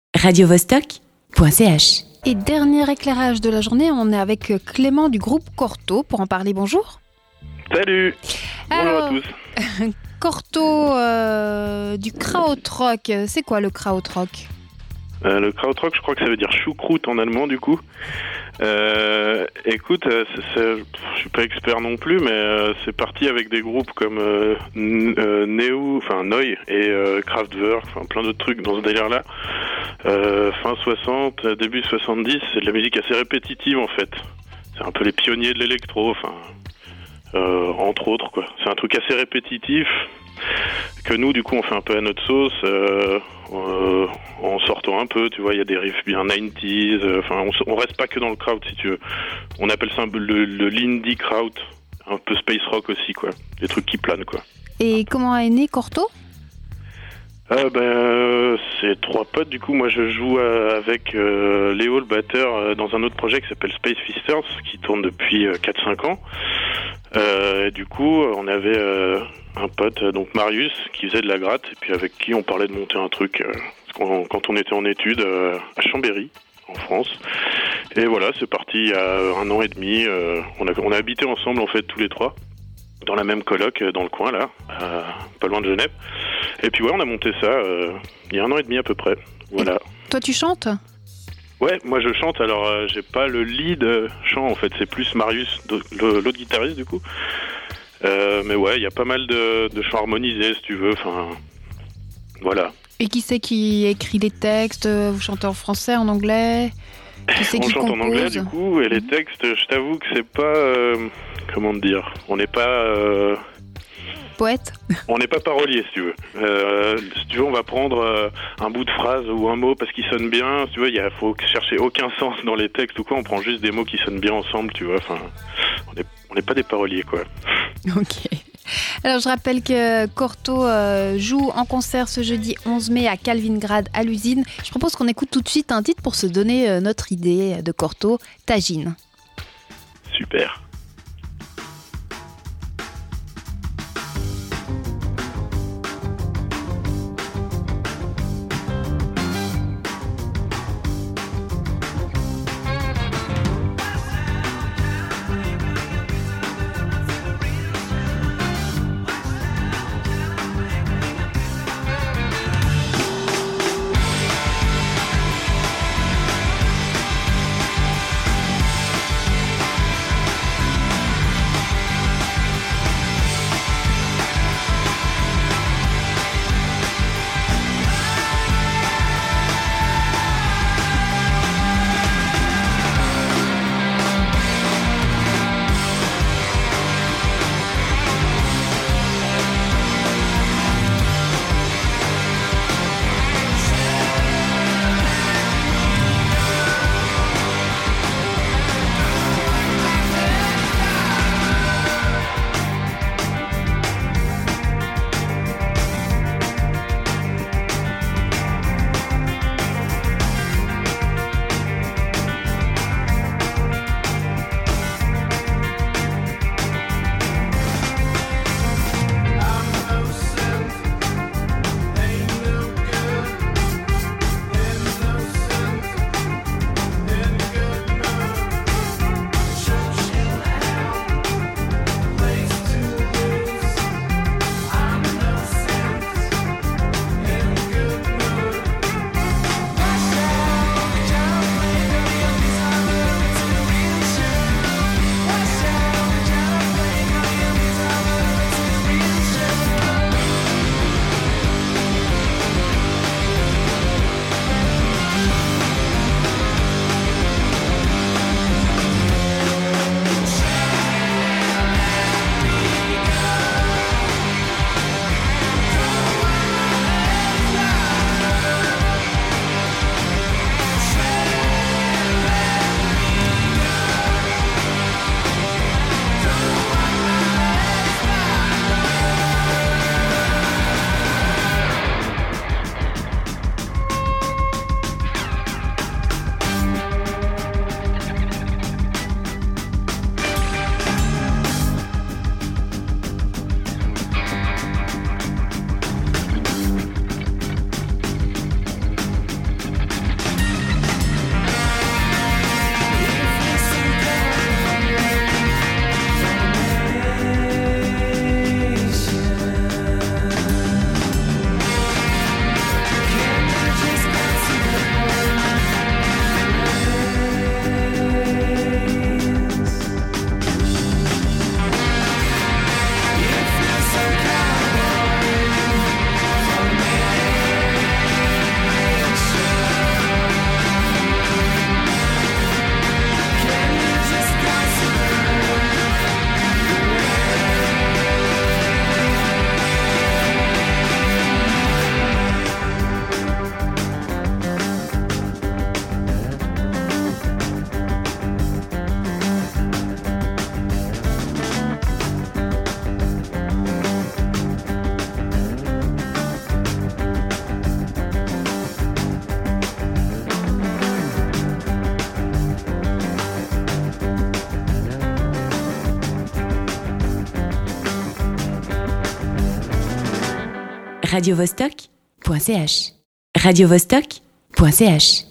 radiovostok.ch. Et dernier éclairage de la journée, on est avec Clément du groupe Corto pour en parler. Bonjour. Salut. Bonjour à tous. Corto du krautrock, c'est quoi le krautrock ? Le krautrock, je crois que ça veut dire choucroute en allemand du coup. Écoute, je suis pas expert non plus, mais c'est parti avec des groupes comme Neu et Kraftwerk, plein d'autres trucs dans ce délire-là. Fin 60, début 70, c'est de la musique assez répétitive en fait. C'est un peu les pionniers de l'électro, entre autres quoi. C'est un truc assez répétitif que nous du coup on fait un peu à notre sauce, en sortant un peu, tu vois, il y a des riffs bien 90s, on reste pas que dans le kraut si tu veux. On appelle ça un peu le l'indie kraut, un peu space rock aussi quoi, des trucs qui planent quoi. Et comment est né Corto ? C'est trois potes du coup. Moi je joue avec Léo le batteur dans un autre projet qui s'appelle Space Fisters qui tourne depuis 4-5 ans. Et du coup on avait un pote, donc Marius, qui faisait de la gratte et puis avec qui on parlait de monter un truc quand on était en études à Chambéry en France. Et voilà, c'est parti il y a 1 an et demi. On a habité ensemble en fait tous les trois dans la même coloc dans le coin là, pas loin de Genève. Et puis ouais, on a monté ça il y a 1 an et demi à peu près. Voilà. Et toi tu chantes ? Ouais, moi je chante, alors j'ai pas le lead chant en fait, c'est plus Marius, l'autre guitariste du coup. Mais ouais, il y a pas mal de chants harmonisés si tu veux, voilà. Et qui c'est qui écrit les textes ? Vous chantez en français, en anglais ? Qui c'est on qui chante compose ? en anglais du coup, et les textes, je t'avoue que c'est pas... comment te dire ? On n'est pas... Poète ? On n'est pas parolier, si tu veux. Si tu veux, on va prendre un bout de phrase ou un mot parce qu'il sonne bien. Si tu veux, faut chercher aucun sens dans les textes ou quoi. On prend juste des mots qui sonnent bien ensemble, tu vois. On n'est pas des paroliers, quoi. Ok. Alors, je rappelle que Corto joue en concert ce jeudi 11 mai à Kaliningrad, à l'usine. Je propose qu'on écoute tout de suite un titre pour se donner notre idée de Corto, Tagine. Super. radiovostok.ch radiovostok.ch